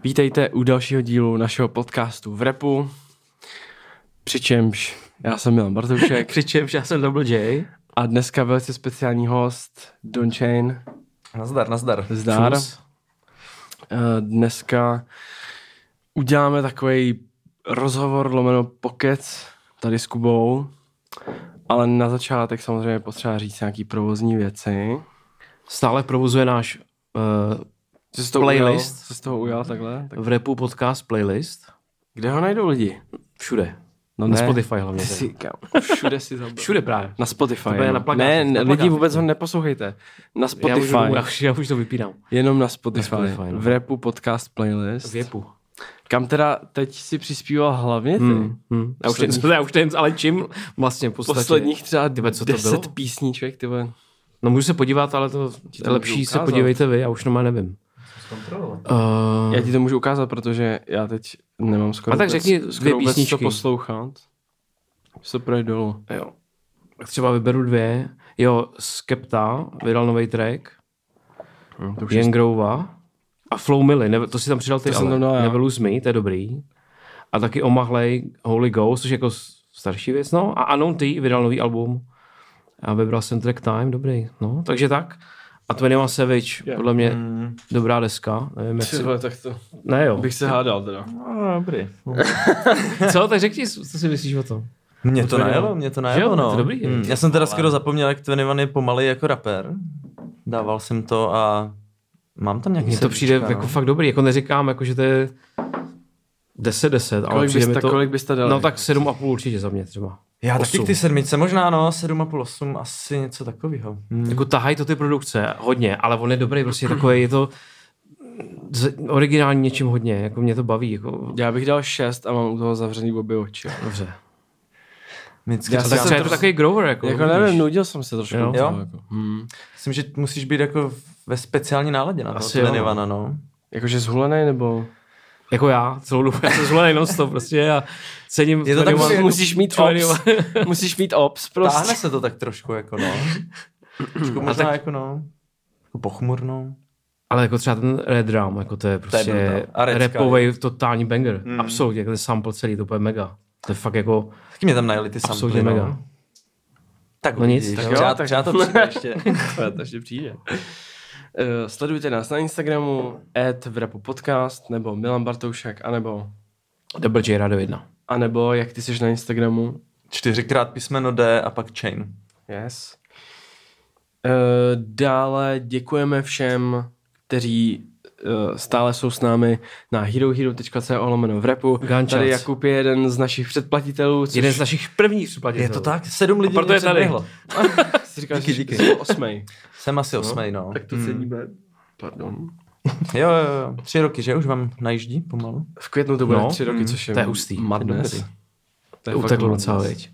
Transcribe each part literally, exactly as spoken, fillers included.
Vítejte u dalšího dílu našeho podcastu v rapu, přičemž já jsem Milan Bartoušek. Přičemž já jsem Double J. A dneska velice speciální host Don Chain. Nazdar, nazdar. Zdar. Dneska uděláme takový rozhovor lomeno pokec tady s Kubou, ale na začátek samozřejmě potřeba říct nějaký provozní věci. Stále provozuje náš uh, Jsi playlist. Jsi z toho ujal takhle? Tak... V rapu podcast playlist. Kde ho najdou lidi? Všude. No na ne. Spotify hlavně. Si, kam, všude si zabil. Všude právě. Na Spotify. No. Na plakátě, ne, na lidi plakátě. vůbec ho neposlouchejte. Na Spotify. Já už, já už, já už to vypínám. Jenom na Spotify. Na Spotify no. V rapu podcast playlist. V rapu. Kam teda teď si přispíval hlavně ty? Hmm, hmm. Já, už ten, já už ten, ale čím vlastně v podstatě. Posledních třeba tyhle, co to deset bylo? písniček, tyhle. No můžu se podívat, ale to je lepší se podívejte vy, já už normálně nevím. Uh, já ti to můžu ukázat, protože já teď nemám skoro a tak vůbec, řekni skoro dvě písničky. to poslouchat. Se projde dolů. Jo. Tak třeba vyberu dvě. Jo, Skepta vydal nový track. Hmm, Jengrova a Flow Milli, ne, to si tam přidal ty, to ale dal, Never Lose Me, to je dobrý. A taky Omahlej, Holy Ghost, což je jako starší věc, no. A Unknown T vydal nový album. A vybral jsem track Time, dobrý, no. Takže tak. A dvacet jedna Savage, yeah. podle mě mm. dobrá deska. Nevím, jak Třeba, si... tak to ne, jo. bych se hádal teda. No, dobrý. Co, tak řekni, co si myslíš o tom? Mě to najelo, mě to najelo, jo, no. To dobrý, hmm. Já jsem teda skoro zapomněl, jak dvacet jedna je pomalej jako rapper. Dával jsem to a mám tam nějaký mně to přijde no. jako fakt dobrý, jako neříkám, jako, že to je deset deset, ale přijde mi to... Kolik byste dali? No tak sedm a půl určitě za mě třeba. Já taky k ty sedmičce, možná no, sedm a půl, osm, asi něco takového. Hmm. Jako tahají to ty produkce hodně, ale on je dobrý, prostě takový, je to originální něčím hodně, jako mě to baví. Jako... Já bych dal šest a mám u toho zavřený obě oči. Dobře. Vždycky Já tak třeba je to takový grower, jako. Jako nevím, nudil jsem se trošku. Jo? Toho, jako. hmm. Myslím, že musíš být jako ve speciální náladě na toho dvacet jedna, no. Jakože zhulenej nebo... Jako já, celou dobu, já jsem zvolený non-stop prostě a cením... Je to tak, musíš, musíš mít ops, musíš mít ops prostě. Táhne se to tak trošku, jako no. Trošku možná tak... jako no, jako pochmurnou. Ale jako třeba ten Red Drum, jako to je prostě rapovej totální banger. Mm. Absolutně, jako ten sample celý, to úplně mega. To je fakt jako... Taky mě tam najeli ty sample, mega. No. Tak no nic. Tak jo, třeba, třeba to přijde ještě. to ještě přijde. Uh, sledujte nás na Instagramu at v rapu podcast, nebo Milan Bartoušek, anebo Double J Radio jedna. A nebo jak ty jsi na Instagramu? Čtyřikrát písmeno D a pak Chain. Yes. Uh, dále děkujeme všem, kteří uh, stále jsou s námi na herohero tečka co lomeno v rapu. Gunchats. Tady Jakub je jeden z našich předplatitelů. Což... Jeden z našich prvních předplatitelů. Je to tak? Sedm lidí mě předběhlo. Jsi říkal, díky, že díky. jsi osmej. Jsem asi osmej, no. Tak to ceníme. Hmm. Pardon. Jo, jo, jo. Tři roky, že? Už vám najíždí pomalu? V květnu to bude no, tři roky, mm, což je, to je hustý. Madness. To je uteklo docela, veď.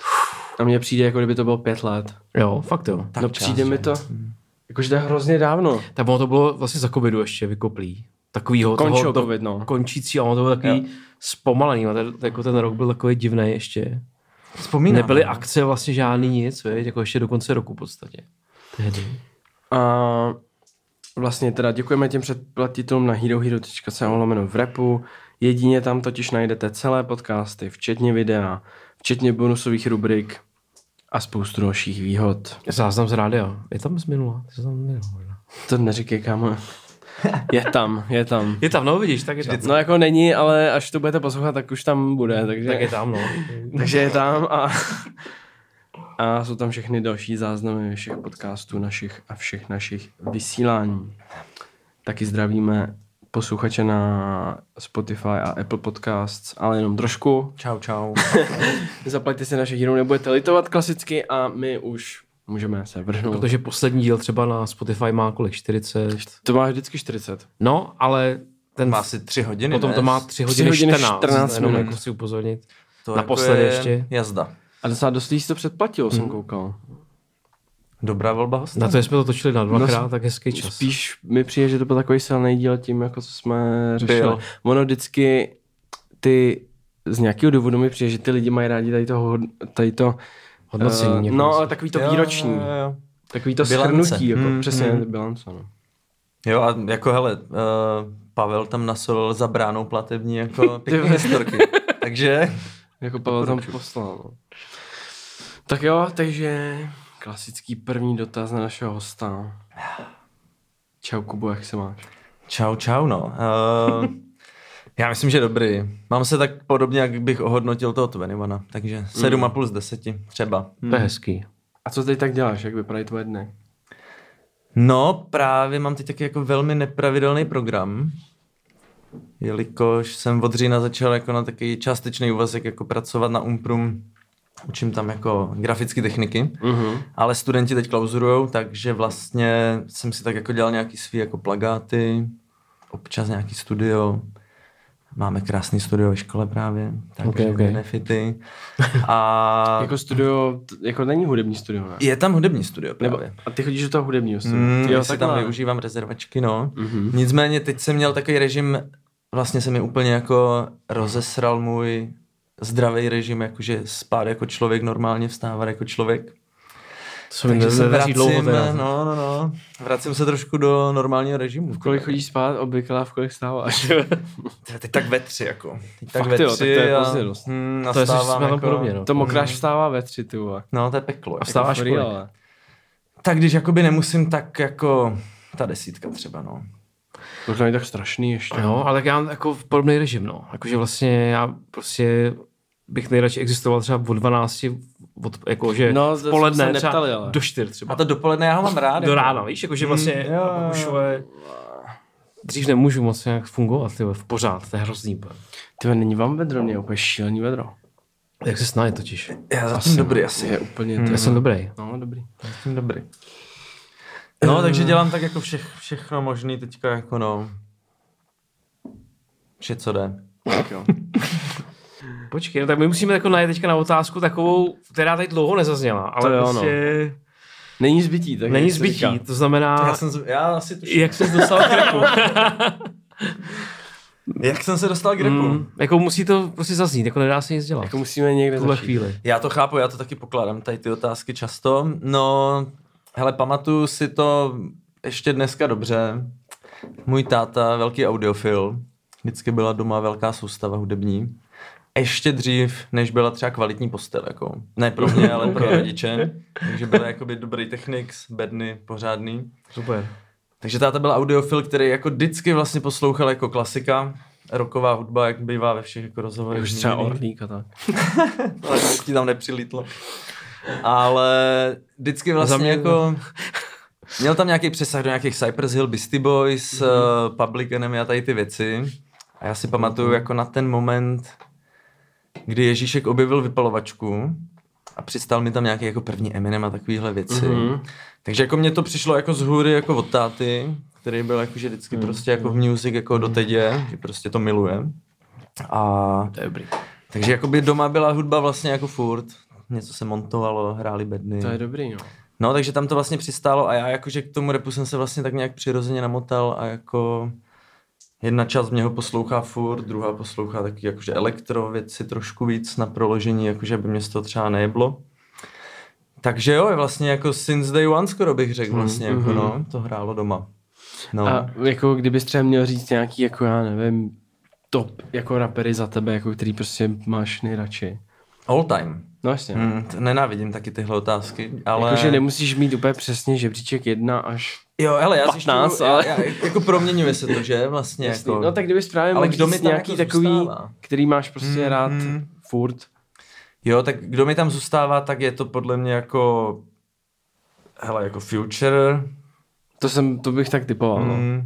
A mně přijde, jako kdyby to bylo pět let. Jo, fakt jo. Tak no přijde mi to, jakože to je hrozně dávno. Tak ono to bylo vlastně za covidu ještě vykoplý. Takovýho Končil toho, covid, no. Končící, a ono to bylo takový jo. zpomalený. Ten, jako ten rok byl takový divný ještě. Vzpomínám. Nebyly no. akce vlastně žádný nic, veď, jako ještě do konce roku v podstatě. Tehdy. A vlastně teda děkujeme těm předplatitelům na herohero tečka co lomeno v rapu. Jedině tam totiž najdete celé podcasty, včetně videa, včetně bonusových rubrik a spoustu dalších výhod. Záznam z rádia. Je tam z minula? To neříkej, kámo. Je tam, je tam. Je tam, no vidíš, tak je tam. No jako není, ale až to budete poslouchat, tak už tam bude. Takže, tak je tam, no. takže je tam a, a jsou tam všechny další záznamy všech podcastů našich a všech našich vysílání. Taky zdravíme posluchače na Spotify a Apple Podcasts, ale jenom trošku. Čau, čau. Zaplaťte si naše hero, nebudete litovat klasicky a my už můžeme se vrhnout. Protože poslední díl třeba na Spotify má kolik? čtyřicet? To má vždycky čtyřicet. No, ale ten... Má asi tři hodiny, Potom ne? to má tři hodiny, hodiny čtrnáct. čtrnáct Jenom minut. jako si upozornit. To naposledy jako ještě. Jazda. A docela dost lidí to předplatilo, hmm. jsem koukal. Dobrá volba hosta. Na to jsme to točili na dvakrát, no, tak hezký čas. Spíš mi přijde, že to byl takový silný díl tím, jako co jsme řešili. Byl. Ono vždycky ty, z nějakého důvodu mi přijde, že ty lidi mají rádi tady to, tady to hodnocení. Uh, no, ale takový to výroční. Jo, jo, jo. Takový to Bilance. shrnutí, jako mm, přesně mm. bilance, no. Jo a jako hele, uh, Pavel tam nasolil za bránou platební jako pěkný historky. Takže... Jako Pavel tam poslal. No. Tak jo, takže klasický první dotaz na našeho hosta. Čau Kubo, jak se máš? Čau, čau, no. Uh, já myslím, že dobrý. Mám se tak podobně, jak bych ohodnotil toho dvacet jedna, takže sedm a půl z deseti, třeba. To je hezký. A co teď tak děláš, jak vypadají tvoje dny? No, právě mám teď taky jako velmi nepravidelný program, jelikož jsem od října začal jako na takový částečný úvazek jako pracovat na Umprum. Učím tam jako grafické techniky, uh-huh. ale studenti teď klauzurujou, takže vlastně jsem si tak jako dělal nějaký svý jako plagáty, občas nějaký studio. Máme krásný studio ve škole právě, takže okay, okay. benefity. A... jako studio, jako není hudební studio, ne? Je tam hudební studio právě. Nebo, a ty chodíš do toho hudebního studia? Mm, jo, já si tam využívám rezervačky, no. Uh-huh. Nicméně teď jsem měl takový režim, vlastně se mi úplně jako rozesral můj zdravý režim, jakože spát jako člověk, normálně vstávat jako člověk. To takže se vracím, dlouho teda. no, no, no. Vracím se trošku do normálního režimu. V kolik chodíš spát obvykle a v kolik stáváš? Teď tak ve tři, jako. Teď tak Fakt, ve jo, tři tak to je a, pozdě dost. Hmm, to je jako, podobně, no. To Mokráš vstává ve tři, ty vole. No, to je peklo. A vstáváš jako kolik? ale. Tak když jakoby nemusím, tak jako ta desítka třeba, no. To je tak strašný ještě. No, ale tak já mám jako podobný režim, no. Jakože vlastně já prostě bych nejradši existoval třeba od dvanácti, od, jakože no, v poledne třeba neptali, ale. do čtyř třeba. A to dopoledne já ho mám rád. Do rána, víš, jakože vlastně mm, jo, jo, už ale dřív nemůžu moc nějak fungovat, tyhle, v pořád, to je hrozný. Tyhle, není vám vedro, mě je úplně šílený vedro. Jak se snaje totiž. Já zatím dobrý asi. Je úplně hmm. Já jsem dobrý. No, dobrý. Já jsem dobrý. No, takže dělám tak jako všech, všechno možný teďka jako no. Vše, co jde. Tak jo. Počkej, no tak my musíme jako najít teďka na otázku takovou, která tady dlouho nezazněla, ale jo, prostě... No. Není zbytí. Tak Není zbytí, to znamená... Já, jsem, já asi tuším. Jak jsi dostal k rapu? Jak jsem se dostal k rapu? Mm, jako musí to prostě zaznít, jako nedá se nic dělat. Jako musíme někde v tuhle začít. chvíli. Já to chápu, já to taky pokládám, tady ty otázky často. No, hele, pamatuju si to ještě dneska dobře. Můj táta, velký audiofil, vždycky byla doma velká soustava hudební. Ještě dřív, než byla třeba kvalitní postel, jako. Ne pro mě, ale pro rodiče. Takže byl jakoby dobrý technik, bedny, pořádný. Super. Takže táta byl audiofil, který jako vždycky vlastně poslouchal jako klasika, rocková hudba, jak bývá ve všech jako rozhovorech. Už třeba Orlík a tak. Ale ti tam nepřilítlo. Ale vždycky vlastně mě... jako... Měl tam nějaký přesah do nějakých Cypress Hill, Beastie Boys, mm-hmm. uh, Public Enemy a tady ty věci. A já si pamatuju jako na ten moment, kdy Ježíšek objevil vypalovačku a přistal mi tam nějaký jako první Eminem a takovýhle věci. Mm-hmm. Takže jako mně to přišlo jako z hůry jako od táty, který byl jakože vždycky mm-hmm. prostě jako v music jako do tedě, že prostě to miluje. A to je dobrý. Takže jakoby doma byla hudba vlastně jako furt. Něco se montovalo, hráli bedny. To je dobrý, no. No, takže tam to vlastně přistálo a já jakože k tomu rapu jsem se vlastně tak nějak přirozeně namotal a jako jedna část mě ho poslouchá furt, druhá poslouchá taky jakože elektro věci trošku víc na proložení, jakože by mě z toho třeba nejeblo. Takže jo, vlastně jako since day one skoro bych řekl vlastně, mm, jako mm. no, to hrálo doma. No. A jako kdybys třeba měl říct nějaký, jako já nevím, top jako rapery za tebe, jako který prostě máš nejradši. All time. No jasně. Mm, nenávidím taky tyhle otázky, ale... Jakože nemusíš mít úplně přesně žebříček jedna až jo, hele, já patnáct, si ale... já, já, jako proměňuje se to, že? Vlastně jasný. jako... No tak kdybys právě mohl říct nějaký jako takový, zůstává? který máš prostě mm, rád mm. furt. Jo, tak kdo mi tam zůstává, tak je to podle mě jako... Hele, jako Future. To jsem, to bych tak typoval, no. Mm.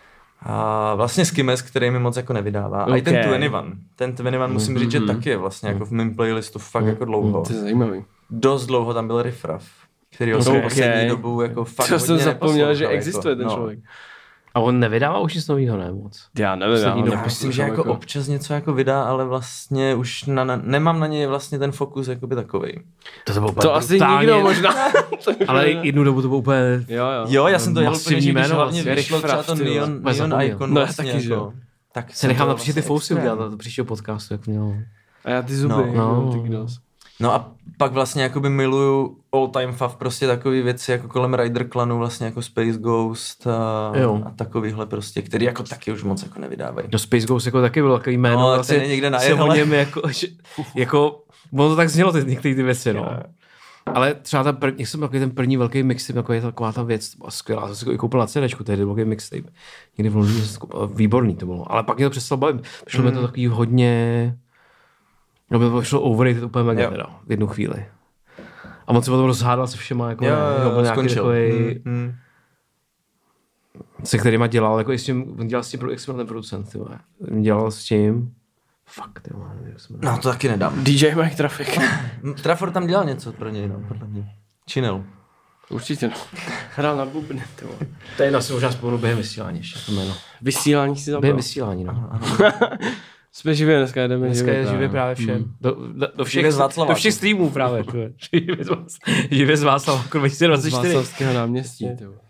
A vlastně Skimes, který mi moc jako nevydává. Okay. A i ten dvacet jedna. Ten dvacet jedna musím mm-hmm. říct, že taky je vlastně jako v mém playlistu fakt mm-hmm. jako dlouho. To je zajímavý. Dost dlouho tam byl Riff Raff, který okay. jsem poslední dobu jako fakt to hodně jsem zapomněl, že jako, existuje ten no. člověk. A on nevydává už nic novýho, ne moc? Já nevím, já, já myslím, že jako občas něco jako vydá, ale vlastně už na, na, nemám na něj vlastně ten fokus jakoby takovej. To, to, to asi nikdo možná. Ale jednu dobu to bylo úplně... Jo, jo. Jo, já jsem to jel úplně, že když hlavně vlastně, vyšlo třeba to Neon, Neon Icon. No, vlastně taky, jako, tak se nechám napříště ty fousy udělat do příštího podcastu, jak mělo. A já ty zuby, no, no, no. ty kdos. No a pak vlastně jakoby miluju all time fav prostě takový věci jako kolem Rider Clanu vlastně jako Space Ghost a, a takovýhle prostě, který jako taky už moc jako nevydávají. No Space Ghost jako taky bylo takový jméno. No, vlastně ten je někde na se o něm jako, jako, ono to tak znělo ty, některé ty věci, no. Ale třeba ta první, jsem takový ten první velký mixtape, jako je taková ta věc, skvělá, jsem si koupil na CDčku, tehdy velký mixtape. Někdy v Londýně, výborný to bylo, ale pak mě to přestalo bavit. Přišlo mm. mi to takový hodně, no by to šlo overrated úplně mega teda, v jednu chvíli. A moc se potom rozhádal se všema, jako jo, ne, jo, byl nějaký takový, mm, mm. se kterýma dělal, jako i s tím, on dělal s tím, jak se ten producent, ty vole, dělal s tím, fuck, ty vole, nevím, jak se no to taky nedám. D J Mike Traffic. Trafford tam dělal něco pro něj, no, podle mě. Činel. Určitě, no. Hrál na bubny, ty vole. To je na si možná vzpomenu během vysílání ještě, to jméno. Vysílání si zabil. Během vysílání, no. Jsme živě, dneska jdeme dneska živě. Dneska je živě právě všem. Hmm. Do, do, do, všech, do všech streamů právě. Živě z Václava dva tisíce dvacet čtyři. Z Václavského náměstí.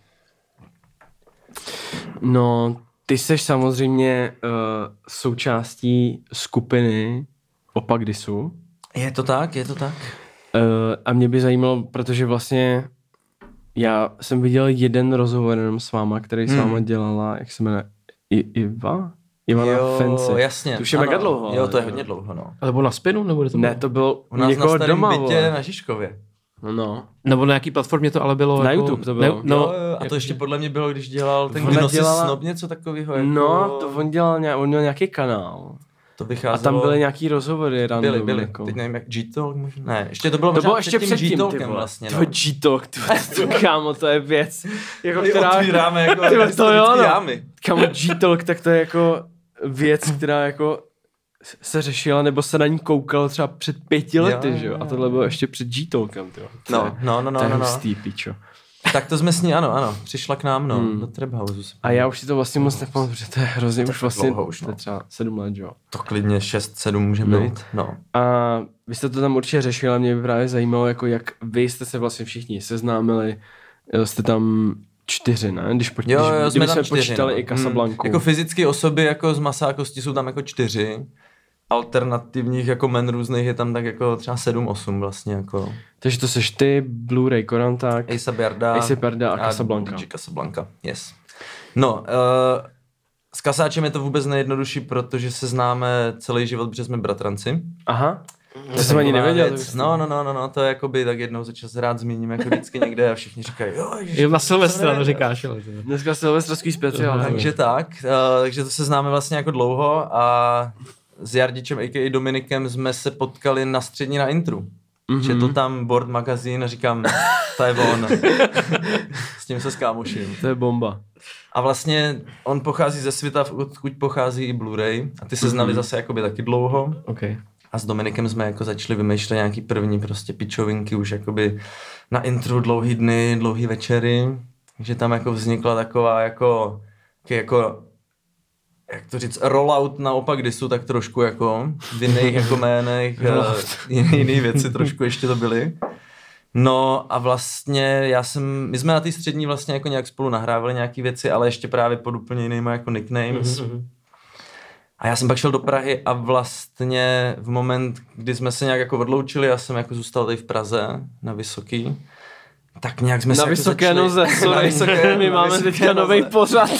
No, ty seš samozřejmě uh, součástí skupiny Opak Disu. Je to tak, je to tak. Uh, a mě by zajímalo, protože vlastně já jsem viděl jeden rozhovor jenom s váma, který s váma hmm. dělala, jak se jmenuje, I, Iva? Ivana jo, Fancy. jasně. To už je mega dlouho. Jo, to je hodně dlouho, no. Ale bylo na Spinu, nebo to bylo? Ne, to bylo u nás někoho na doma, bytě vole. na Žižkově. No. Nebo na jaký platformě to ale bylo? Na jako... YouTube to bylo. Ne, no, jo, jo, a to ještě podle mě bylo, když dělal ten Ona Gnosis dělala... Snob, něco takového. Jako... No, to on dělal, nějak, on měl nějaký kanál. To vycházelo... A tam byly nějaký rozhovory random. Byly, byly. Jako. Teď nevím, jak G-Talk možná. Ne, ještě to bylo, to bylo ještě před tím, G-Talkem vlastně. No. G-Talk, to, kámo, to je věc. Jako, My která... otvíráme jako tyvo, to jo, no. jámy. Kámo, G-Talk, tak to je jako věc, která jako se řešila, nebo se na ní koukalo třeba před pěti lety, jo, že jo? A tohle bylo ještě před G-Talkem, tyjo. No, no, no, no, to je no, no. hustý, pičo. Tak to jsme s ní, ano, ano, přišla k nám, no, hmm. do Traphouse. A já už si to vlastně moc nepamatuju, protože to je hrozně to už vlastně, už, no. to je třeba sedm let, jo. To klidně šest, sedm může no. být, no. A vy jste to tam určitě řešili, a mě by právě zajímalo, jako jak vy jste se vlastně všichni seznámili, jste tam čtyři, ne? Když, po, jo, jo, když jsme tam počítali čtyři, no. i Casablanku. Hmm. Jako fyzické osoby jako z masa a kosti jsou tam jako čtyři. Alternativních jako men různých je tam tak jako třeba sedm, osm vlastně jako. Takže to seš ty, Blu-ray Koranták, A$ej Jarda, A$ej Jarda a Casablanca. A Casablanca, yes. No, uh, s Kasáčem je to vůbec nejjednodušší, protože se známe celý život, protože jsme bratranci. Aha. To jsem ani nevěděl. No, no, no, no, no, to je jakoby tak jednou za čas rád zmíním jako vždycky někde a všichni říkají, jo, ježiš, jo, na Silvestra to říkáš, ale to... Dneska silvestrovský speciál. Takže tak, uh, takže to se známe vlastně jako dlouho a s Jardičem, a ká a. Dominikem, jsme se potkali na střední na Intru. Mm-hmm. Četl tam Board magazín a říkám, to je on. S tím se skámoším. To je bomba. A vlastně on pochází ze světa, odkud pochází i Blu-ray. A ty se znali mm-hmm. zase jakoby taky dlouho. Okay. A s Dominikem jsme jako začali vymýšlet nějaký první prostě pičovinky už jakoby na Intru, dlouhý dny, dlouhý večery. Takže tam jako vznikla taková jako, jako jak to říct, rollout na Opak Disu, tak trošku jako v jiných jako jménech, jiné, jiné věci trošku ještě to byly. No a vlastně já jsem, my jsme na té střední vlastně jako nějak spolu nahrávali nějaký věci, ale ještě právě pod úplně jinýma jako nicknames. Mm-hmm. A já jsem pak šel do Prahy a vlastně v moment, kdy jsme se nějak jako odloučili, já jsem jako zůstal tady v Praze na Vysoký, tak nějak jsme na se vysoké jako noze, sorry, na vysoké, my na máme teďka nový pořad.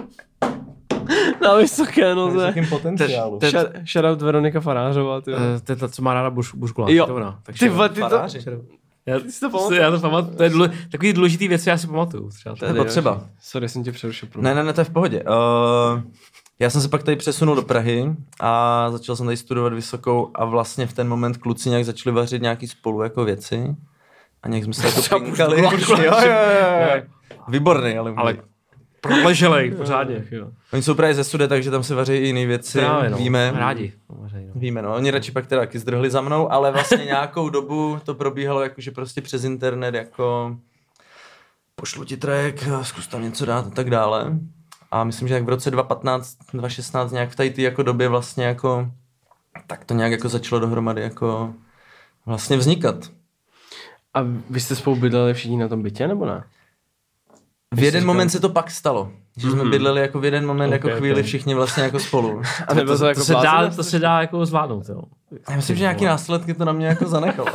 Na vysoké noze. Na vysokým potenciálu. Shoutout Veronika Farářová. To je ta, co má ráda buškulák. Jo, ty vole, ty to... Já, ty to pamatuju. Já to pamatuju. To je důle, takový důležitý věci, já si pamatuju. Třeba to je potřeba. Sorry, jsem tě přerušil. Ne, ne, ne, to je v pohodě. Uh, já jsem se pak tady přesunul do Prahy a začal jsem tady studovat vysokou a vlastně v ten moment kluci nějak začali vařit nějaký spolu jako věci a nějak jsme se jako pinkali. Jo, jo, jo. Výborný, ale... ale proleželej, pořádně. Jo. Oni jsou právě ze studia, takže tam se vaří i jiné věci, právě, no. Víme. Rádi. Víme, no. Oni radši pak teda taky zdrhli za mnou, ale vlastně nějakou dobu to probíhalo jakože prostě přes internet, jako pošlu ti track, zkus tam něco dát a tak dále. A myslím, že jak v roce dva tisíce patnáct, dva tisíce šestnáct nějak v té jako době vlastně jako, tak to nějak jako začalo dohromady jako vlastně vznikat. A vy jste spolu bydleli všichni na tom bytě, nebo ne? V jeden moment se to pak stalo, že jsme mm-hmm. bydleli jako v jeden moment okay, jako chvíli okay. všichni vlastně jako spolu. A nebo to, to, jako to, se dá, to se dá jako zvládnout, jo. Já myslím, že nějaký následky to na mě jako zanechalo.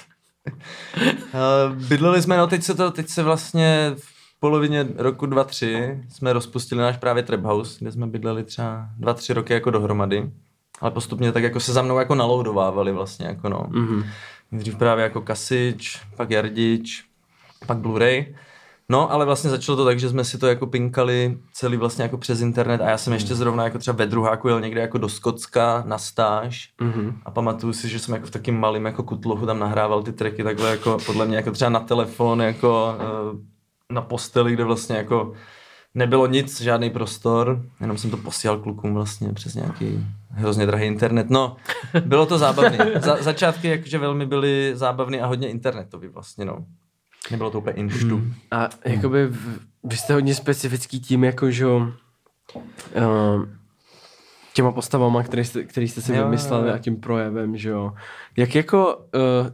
Bydleli jsme, no teď se to, teď se vlastně v polovině roku dva tři jsme rozpustili náš právě Trap House, kde jsme bydleli třeba dva tři roky jako dohromady. Ale postupně tak jako se za mnou jako naloudovávali vlastně jako no. Mm-hmm. Dřív právě jako Kasič, pak Jardič, pak Blu-ray. No, ale vlastně začalo to tak, že jsme si to jako pinkali celý vlastně jako přes internet a já jsem ještě zrovna jako třeba ve druháku jel někde jako do Skotska na stáž mm-hmm. a pamatuju si, že jsem jako v takým malým jako kutlochu tam nahrával ty tracky takhle jako podle mě jako třeba na telefon, jako na posteli, kde vlastně jako nebylo nic, žádný prostor, jenom jsem to posílal klukům vlastně přes nějaký hrozně drahý internet. No, bylo to zábavný. Za, začátky jakože velmi byly zábavný a hodně internetový vlastně, no. Nebylo to úplně inštu. Hmm. A jakoby v, vy jste hodně specifický tím, jako že uh, těma postavama, který jste, který jste si jo, vymysleli jo. a tím projevem, že jo. Jak jako uh,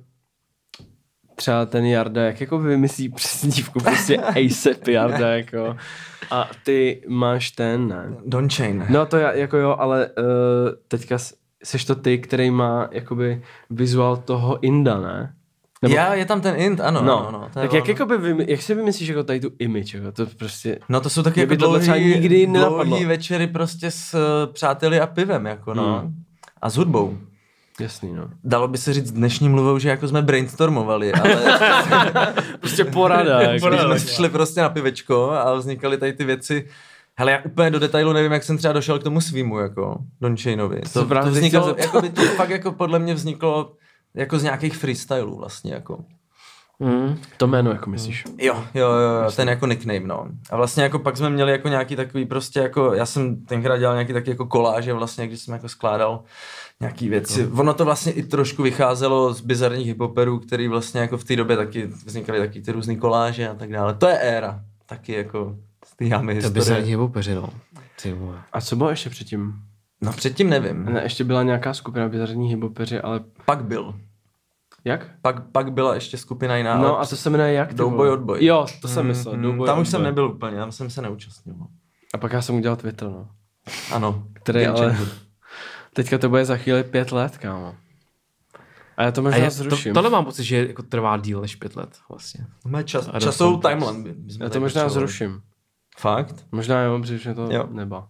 třeba ten Jarda, jak jako vymyslí přesdívku, prostě A$ej ép Jarda, jako. A ty máš ten, ne? Don Chain. No to já, jako jo, ale uh, teďka seš to ty, který má jakoby vizuál toho Inda, ne? Nebo... Já, je tam ten int, ano. No, no, no tak jak, jakoby vy, jak si vymyslíš jako tady tu image, jako to prostě... No to jsou taky jako dlouhý, nikdy dlouhý večery prostě s uh, přáteli a pivem, jako no. Mm. A s hudbou. Jasný, no. Dalo by se říct dnešní mluvou, že jako jsme brainstormovali, ale... prostě porada. Jako. Když jsme šli prostě na pivečko a vznikaly tady ty věci. Hele, já úplně do detailu nevím, jak jsem třeba došel k tomu svýmu, jako Don Chainovi. To, to, to vzniklo, jako by to fakt jako podle mě vzniklo jako z nějakých freestylů vlastně, jako. Mm, to jméno, jako myslíš? Jo, jo, jo, ten jako nickname, no. A vlastně jako pak jsme měli jako nějaký takový prostě jako, já jsem tenkrát dělal nějaký taky jako koláže vlastně, když jsem jako skládal nějaký věci. Ono to vlastně i trošku vycházelo z bizarních hiphoperů, který vlastně jako v té době taky vznikaly taky ty různý koláže a tak dále. To je éra, taky jako stýháme historie. To bizarní hiphopeři, no. Ty vole. A co bylo ještě předtím? No předtím nevím. Ne, ještě byla nějaká skupina bizarní hiphopeři, ale... Pak byl. Jak? Pak, pak byla ještě skupina jiná. No a to se jmenuje jak? Douboj odboj. Jo, to jsem myslel. Mm, tam už jsem nebyl úplně, tam jsem se neúčastnil. A pak já jsem udělal Twitter, no. Ano. Který ale... Teďka to bude za chvíli pět let, kámo. A já to možná já zruším. To, tohle mám pocit, že jako trvá díl než pět let vlastně. Máme čas, časovou timeline. Já to možná zruším. Fakt? Možná jo, protože to jo. Neba.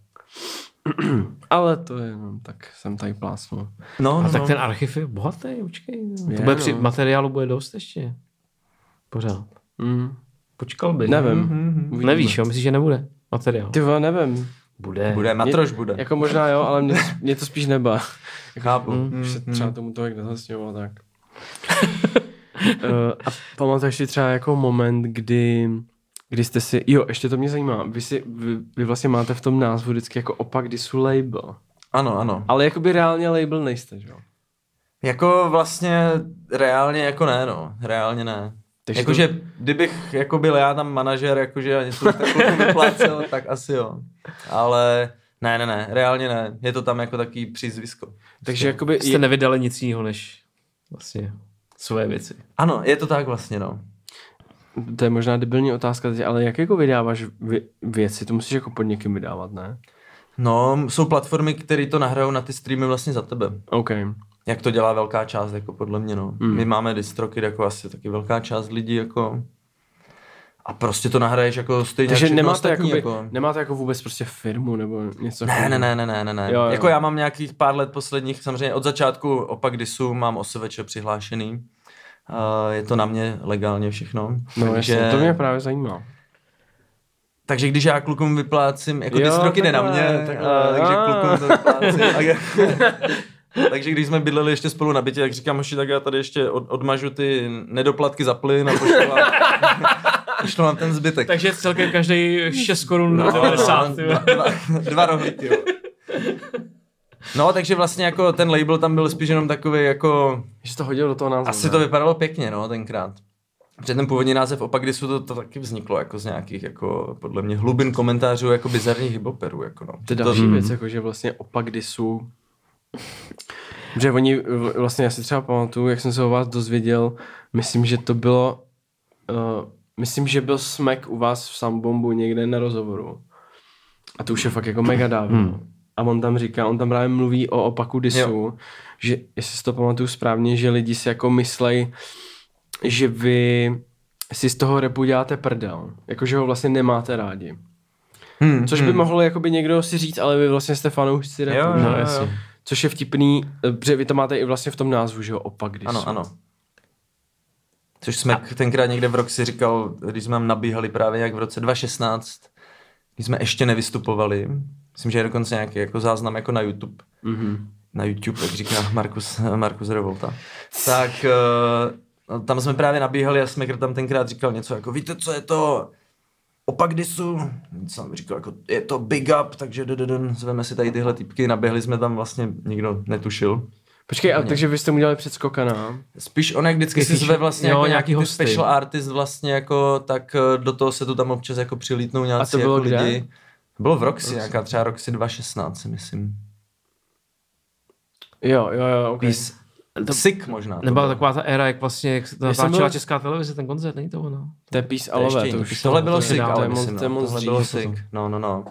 Ale to je, no, tak jsem tady plásnul. No, a no, tak no. Ten archiv je bohatý, počkej. Je, to bude při, no. Materiálu bude dost ještě. Pořád. Mm. Počkal by. Nevím. Mm-hmm. Nevíš, jo? Myslíš, že nebude materiál? Ty vole, nevím. Bude. Bude, matroš bude. Jako možná jo, ale mě, mě to spíš neba. Chápu. Mm, už se třeba tomu tolik nezasněvalo, tak. uh, a pamatuješ si třeba jako moment, kdy kdy jste si, jo, ještě to mě zajímá, vy, si, vy, vy vlastně máte v tom názvu vždycky jako opak disu label. Ano, ano. Ale jakoby reálně label nejste, že jo? Jako vlastně reálně jako ne, no. Reálně ne. Jakože to... kdybych jako byl já tam manažer, jakože a něco takového vyplácel, tak asi jo. Ale ne, ne, ne, reálně ne. Je to tam jako takový přízvisko. Takže jakoby... Jste je... nevydali nic jiného než vlastně svoje věci. Ano, je to tak vlastně, no. To je možná debilní otázka, ale jak jako vydáváš věci? To musíš jako pod někým vydávat, ne? No, jsou platformy, které to nahrajou na ty streamy vlastně za tebe. OK. Jak to dělá velká část, jako podle mě, no. Mm. My máme distrokid, jako asi taky velká část lidí, jako... A prostě to nahraješ jako stejně Takže jak nemáte, ostatní, jakoby, jako... nemáte jako vůbec prostě firmu nebo něco? Ne, ne, ne, ne, ne, ne, ne. Jo, jo. Jako já mám nějakých pár let posledních, samozřejmě od začátku opak disu mám O S V Č přihlášený. Uh, je to na mě legálně všechno. No takže... jasně, to mě právě zajímá. Takže když já klukům vyplácím, jako distroky jde na mě, takhle, takže klukům to vyplácím. Takže když jsme bydleli ještě spolu na bytě, jak říkám, hoši, tak já tady ještě od, odmažu ty nedoplatky za plyn a pošlu vám, pošlu vám ten zbytek. Takže celkem každý šest korun na devadesát. Dva, dva, dva rohlíky, jo. No, takže vlastně jako ten label tam byl spíš jenom takový jako... Že to hodil do toho názvu. Asi ne? To vypadalo pěkně, no, tenkrát. Protože ten původní název opak disu to, to taky vzniklo jako z nějakých, jako podle mě, hlubin komentářů jako bizarních hiphoperů, jako no. To je další to... věc, jako že vlastně opak disu... Že oni, vlastně já si třeba pamatuju, jak jsem se o vás dozvěděl, myslím, že to bylo... Uh, myslím, že byl Smack u vás v Soundbombu někde na rozhovoru. A to už je fakt jako mega dávno. Hmm. a on tam říká, on tam právě mluví o opaku disu, Jo. že, jestli si to pamatuju správně, že lidi si jako myslej, že vy si z toho rapu děláte prdel, jakože ho vlastně nemáte rádi. Hmm, Což by mohl jakoby někdo si říct, ale vy vlastně jste fanoušci rapu. Jo, že? jo, No, jo. jasně. Což je vtipný, protože vy to máte i vlastně v tom názvu, že jo, opak disu. Ano, ano. Což jsme a... tenkrát někde v Roxy říkal, když jsme nám nabíhali právě nějak v roce dva tisíce šestnáct, když jsme ještě nevystupovali, myslím, že je dokonce nějaký jako záznam jako na YouTube, Mm-hmm. na YouTube, jak říká Markus, Markus Revolta, tak uh, tam jsme právě nabíhali a Smacker tam tenkrát říkal něco jako, víte, co je to opak disu? Jsem říkal jako, je to big up, takže dododon, zveme si tady tyhle typky, naběhli jsme tam, vlastně nikdo netušil. Počkej, a takže vy jste mu dělali předskoka na... Spíš on jak vždycky si Myslíš, zve vlastně jo, jako nějaký nějaký ty hosty. special artist vlastně jako, tak eh, do toho se tu tam občas jako přilítnou nějací to bylo jako kde? lidi. Bylo v Roxy, nějaká třeba Roxy dva tisíce šestnáct, si myslím. Jo, jo, jo, ok. Peace. To- Sick možná. to Nebyla bylo. taková ta éra, jak vlastně, jak se to Já jsem natáčela byl- Česká televize, ten koncert, není to ono? To je Peace To je ještě Alové, to jiný. už Tohle bylo to je sick, dál, to ale je moc, myslím, to je no, moc tohle dřív. bylo sick. No, no, no.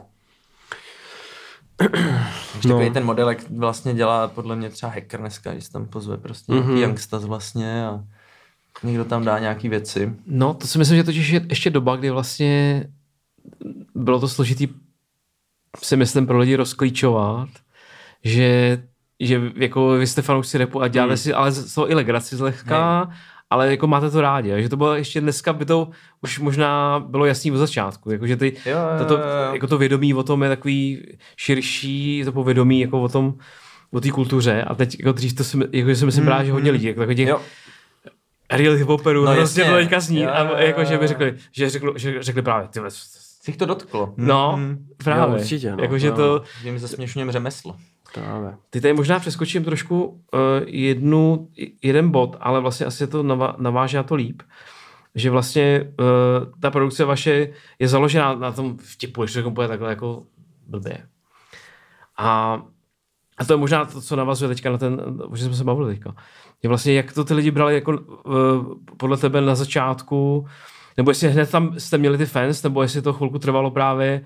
Už No. takový ten model, jak vlastně dělá podle mě třeba hacker dneska, když se tam pozve prostě Mhm. nějaký youngstas vlastně a někdo tam dá nějaký věci. No, to si myslím, že totiž je ještě doba, kdy vlastně bylo to složitý, si myslím, pro lidi rozklíčovat, že, že jako vy jste fanoušci rapu a děláte Hmm. si, ale z toho i legraci zlehka, ale jako máte to rádi. A že to bylo ještě dneska, by to už možná bylo jasný od začátku. Jako, že ty, Jo, jo, tato, jo, jo. jako to vědomí o tom je takový širší, to povědomí jako o tom, o té kultuře. A teď jako dřív to si, jako, že si myslím Hmm, právě, že hodně hmm. lidí, jako takových těch Jo. real hip-hoperů, No no, prostě jasně. to teďka zní. Jo, A jo, jako, jo, že by jo. řekli, že řekli, že řekli právě, ty Si jich to dotklo. no, Mhm. právě. Jo, určitě, no, Jakože no. to, Že mi zesměšňujeme řemeslo. Právě. ty tady možná přeskočím trošku uh, jednu, jeden bod, ale vlastně asi to nava, naváže na to líp, že vlastně uh, ta produkce vaše je založená na tom vtipu, když to řeknu úplně takhle jako blbě. A, a to je možná to, co navazuje teďka na ten, že jsme se bavili teďka. Je vlastně, jak to ty lidi brali jako uh, podle tebe na začátku, nebo jestli hned tam jste měli ty fans, nebo jestli to chvilku trvalo právě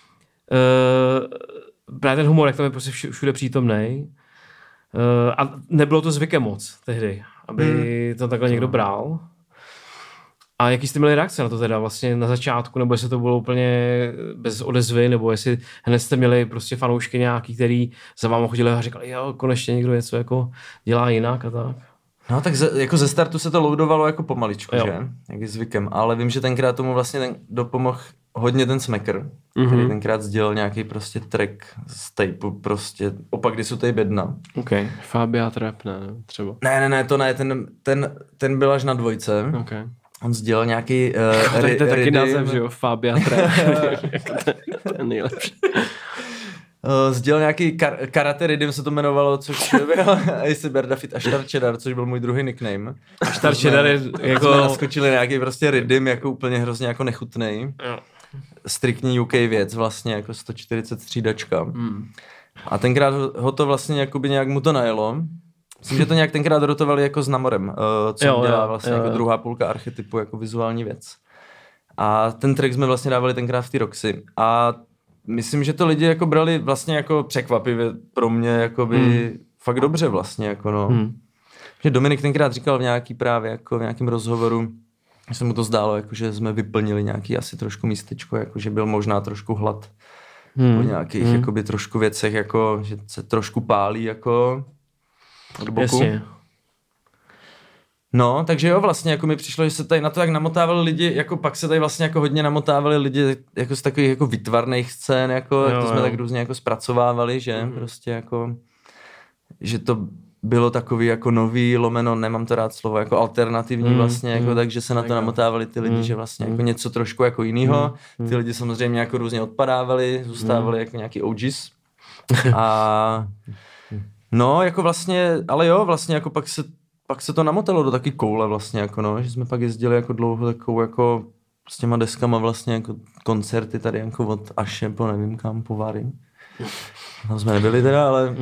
uh, právě ten humor, jak tam je prostě všu- všude přítomnej. Uh, a nebylo to zvykem moc tehdy, aby hmm. to takhle někdo bral. A jaký jste měli reakce na to teda vlastně na začátku, nebo jestli to bylo úplně bez odezvy, nebo jestli hned jste měli prostě fanoušky nějaký, který za váma chodili a říkali, jo, konečně někdo něco jako dělá jinak a tak. No tak ze, jako ze startu se to loadovalo jako pomaličku, Jo. že? Jak je zvykem. Ale vím, že tenkrát tomu vlastně ten dopomohl hodně ten Smacker, Mhm. který tenkrát sdělal nějaký prostě track z tapeu, prostě opak, kdy jsou tady bedna. OK. Fabia Trap, ne, třeba. Ne, ne, ne, to ne, ten, ten, ten byl až na dvojce. Ok. On sdělal nějaký uh, To je taky rhythm. název, že jo, Fabia Trap. To je nejlepší. Uh, sdělal nějaký kar- karate rhythm se to jmenovalo, což byl Ace Berdafit a Štar Cheddar, což byl můj druhý nickname. Štar Cheddar je Jako... jako... Jsme naskočili nějaký prostě rhythm, jako úplně hrozně jako nechutnej. Jo. Striktní U K věc vlastně, jako sto čtyřicet střídačka. Hmm. A tenkrát ho, ho to vlastně jakoby nějak mu to najelo. Myslím, že to nějak tenkrát rotovali jako s Namorem, uh, co Jo, dělá jo, vlastně jo, jako jo. druhá půlka archetypu, jako vizuální věc. A ten track jsme vlastně dávali tenkrát v té Roxy. A myslím, že to lidi jako brali vlastně jako překvapivě pro mě, jakoby hmm. fakt dobře vlastně, jako no. Hmm. Že Dominik tenkrát říkal v nějaký právě, jako v nějakém rozhovoru, že se mu to zdálo, jako že jsme vyplnili nějaký asi trošku místečko, jako že byl možná trošku hlad Hmm. po nějakých Hmm. jakoby trošku věcech, jako že se trošku pálí jako od boku. Jasně. No, takže jo, vlastně jako mi přišlo, že se tady na to jak namotávali lidi, jako pak se tady vlastně jako hodně namotávali lidi jako z takových jako vytvarných scén, jako Jo, jak to jsme jo. tak různě jako zpracovávali, že Mhm. prostě jako, že to bylo takový jako nový, lomeno, nemám to rád slovo, jako alternativní Mhm, vlastně, jako mhm. takže se na to Mega. namotávali ty lidi, Mhm, že vlastně mhm. jako něco trošku jako jinýho, Mhm. ty lidi samozřejmě jako různě odpadávali, zůstávali jako nějaký O Gs a no, jako vlastně, ale jo, vlastně jako pak se pak se to namotalo do taky koule vlastně, jako no, že jsme pak jezdili jako dlouho takovou jako s těma deskama vlastně jako koncerty tady jako od Aše po nevím kam, po Vary. Tam jsme nebyli teda, ale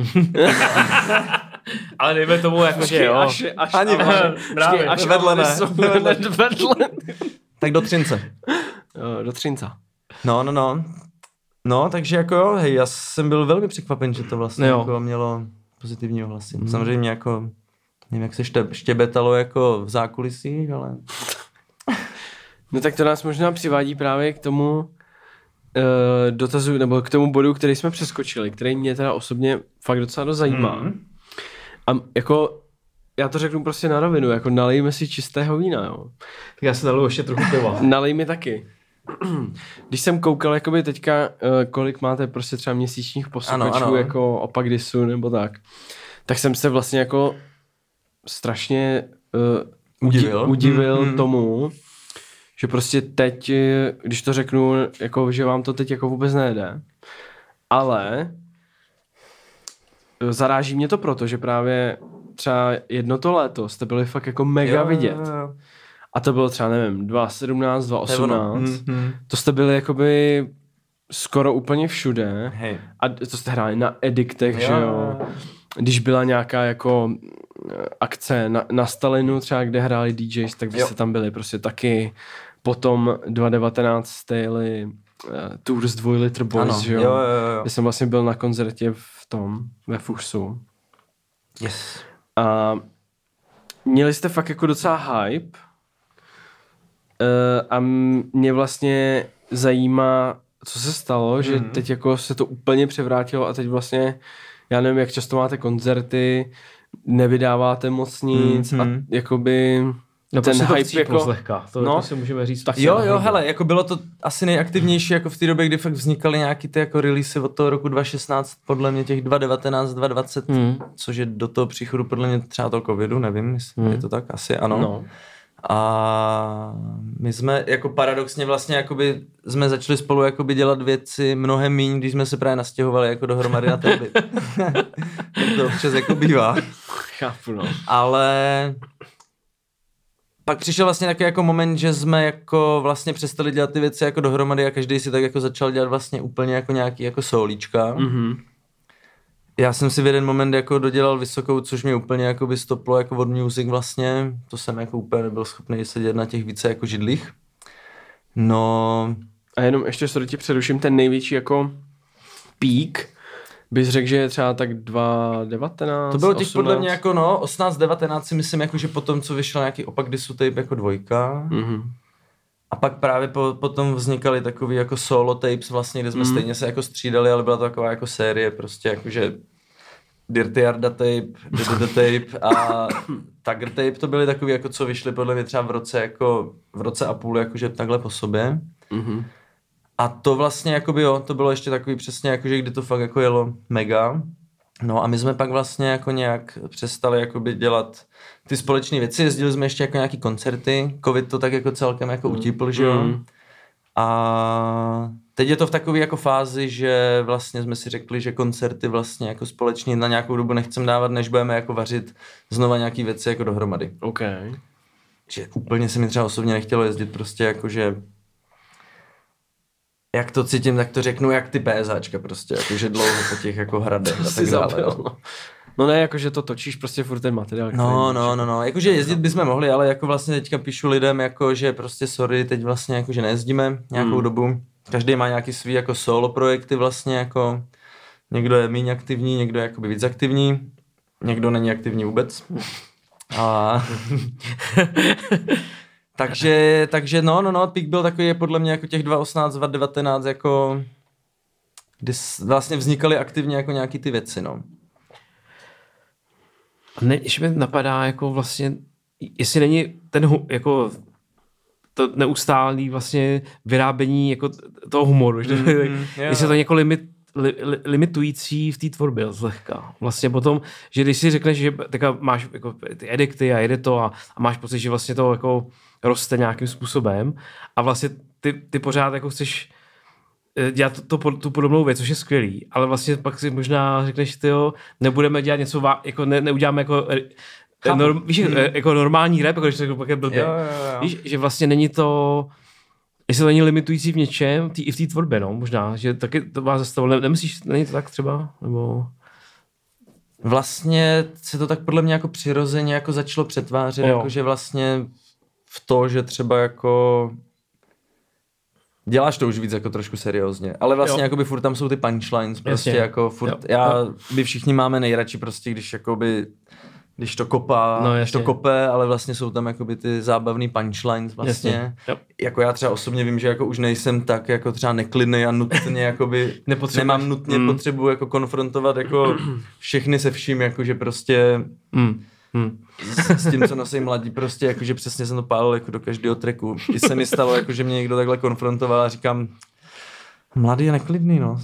Ale dejme tomu jako, že jo. Až, až, Ani ale- Vaše. Počkej, Právě, až vedle ale ne. jsou vedle, vedle. tak do Třince. Jo, do Třinca. No, no, no. No, takže jako jo, hej, já jsem byl velmi překvapen, že to vlastně Jo. jako mělo pozitivní ohlasy. Mm. Samozřejmě jako, nevím, jak se ště, štěbetalo jako v zákulisí, ale... No tak to nás možná přivádí právě k tomu uh, dotazu, nebo k tomu bodu, který jsme přeskočili, který mě teda osobně fakt docela dost zajímá. Mm. A jako, já to řeknu prostě na rovinu, jako nalejme si čistého vína, jo. Tak já se naliju ještě trochu piva. Nalej mi taky. Když jsem koukal, jakoby teďka, uh, kolik máte prostě třeba měsíčních posluchačů, jako Opakdisu nebo tak, tak jsem se vlastně jako strašně uh, udivil, udivil mm-hmm. tomu, že prostě teď, když to řeknu, jako, že vám to teď jako vůbec nejde, ale zaráží mě to proto, že právě třeba jedno to léto jste byli fakt jako mega jo, vidět. Jo, jo. A to bylo třeba, nevím, dva tisíce sedmnáct, dva tisíce osmnáct. Mm-hmm. To jste byli jakoby skoro úplně všude. Hej. A to jste hráli na ediktech, jo. Že jo. Když byla nějaká jako akce na, na Stalinu třeba, kde hráli D Js, tak vy jste tam byli prostě taky. Potom dva tisíce devatenáct jste jeli uh, Tour z dvojlitr Boys, ano. Že jo. Jo, jo, jo. Já jsem vlastně byl na koncertě v tom, ve Fuchsu. Yes. A měli jste fakt jako docela hype. Uh, a mě vlastně zajímá, co se stalo, mm-hmm. že teď jako se to úplně převrátilo a teď vlastně, já nevím, jak často máte koncerty, nevydáváte moc nic mm-hmm. a jakoby no, ten hype to jako... zlehka, to, no, to si můžeme říct. Tak jo, jo, hele, jako bylo to asi nejaktivnější jako v té době, kdy fakt vznikaly nějaký ty jako releasy od toho roku dva tisíce šestnáct, podle mě těch dva tisíce devatenáct, dva tisíce dvacet, mm. což je do toho příchodu podle mě třeba toho covidu, nevím, jestli mm. je to tak, asi ano. No. A my jsme jako paradoxně vlastně jakoby jsme začali spolu jakoby dělat věci mnohem míň, když jsme se právě nastěhovali jako dohromady na ten byt. Tak to občas jako bývá. Chápu, no. Ale pak přišel vlastně takový jako moment, že jsme jako vlastně přestali dělat ty věci jako dohromady a každý si tak jako začal dělat vlastně úplně jako nějaký jako solíčka. Mm-hmm. Já jsem si v jeden moment jako dodělal vysokou, což mě úplně jako by stoplo jako od music vlastně. To jsem jako úplně nebyl schopný sedět na těch více jako židlích. No. A jenom ještě se ti přeruším, ten největší jako peak, bys řekl, že je třeba tak dva tisíce devatenáct, to bylo těch osmnáct podle mě jako no, osmnáct devatenáct si myslím jako, že potom, co vyšel nějaký Opakdisu tape jako dvojka. Mm-hmm. A pak právě po, potom vznikaly takový jako solo tapes vlastně, kde jsme mm. stejně se jako střídali, ale byla to taková jako série prostě jakože Dirty Jarda tape, D D D tape a Tagger tape, to byly takový jako co vyšly podle mě třeba v roce jako v roce a půl jakože takhle po sobě. Mm-hmm. A to vlastně jakoby jo, to bylo ještě takový přesně jakože kdy to fakt jako jelo mega. No a my jsme pak vlastně jako nějak přestali jakoby dělat ty společné věci, jezdili jsme ještě jako nějaký koncerty, covid to tak jako celkem jako utípl, že jo. Mm. A teď je to v takové jako fázi, že vlastně jsme si řekli, že koncerty vlastně jako společně na nějakou dobu nechcem dávat, než budeme jako vařit znova nějaký věci jako dohromady. Okay. Že úplně se mi třeba osobně nechtělo jezdit prostě jako, že jak to cítím, tak to řeknu jak ty PSAčka prostě, jakože dlouho po těch jako hradech a tak dále. No. no ne, jakože to točíš prostě furt ten materiál. No, no, no, no, jakože jezdit bychom mohli, ale jako vlastně teďka píšu lidem, jako že prostě sorry, teď vlastně jakože nejezdíme nějakou hmm. dobu. Každý má nějaký svý jako solo projekty vlastně, jako někdo je méně aktivní, někdo je jakoby víc aktivní, někdo není aktivní vůbec. A... takže, takže no, no, no, pík byl takový podle mě jako těch dva tisíce osmnáct, dva tisíce devatenáct, jako kdy vlastně vznikaly aktivně jako nějaký ty věci, no. Ne, ještě mi napadá jako vlastně, jestli není ten jako to neustálý vlastně vyrábění jako toho humoru, mm, mm, yeah. jestli to jako limit, li, li, limitující v té tvorbě zlehka. Vlastně potom, že když si řekneš, že teďka máš jako ty edikty a jede to a, a máš pocit, že vlastně to jako roste nějakým způsobem a vlastně ty, ty pořád jako chceš dělat to, to, tu podobnou věc, což je skvělý, ale vlastně pak si možná řekneš, tyjo, nebudeme dělat něco, vá, jako ne, neuděláme jako norm, víš, hmm. jako normální rap, jako když to řeknu pak je blbě. Jo, jo, jo. Víš, že vlastně není to, jestli to není limitující v něčem, tý, i v té tvorbě, no, možná, že taky to vás zastavilo, nemyslíš, není to tak třeba, nebo... Vlastně se to tak podle mě jako přirozeně jako začalo přetvářet, jako že vlastně v to, že třeba jako děláš to už víc jako trošku seriózně, ale vlastně jakoby furt tam jsou ty punchlines, prostě Jasně. jako furt, Jo. já, my všichni máme nejradši prostě, když jakoby, když to kopá, No, když to jasně. kope, ale vlastně jsou tam jakoby ty zábavný punchlines vlastně. Jasně. Jo. Jako já třeba osobně vím, že jako už nejsem tak jako třeba neklidnej a nutně jakoby Nepotřebuješ- nemám nutně Mm. potřebu jako konfrontovat jako všechny se vším, jako že prostě Hmm. Hmm. s, s tím, co nosí mladí, prostě jakože přesně jsem to pálil jako do každého tracku. I se mi stalo, jako, že mě někdo takhle konfrontoval a říkám, mladý je neklidný, no.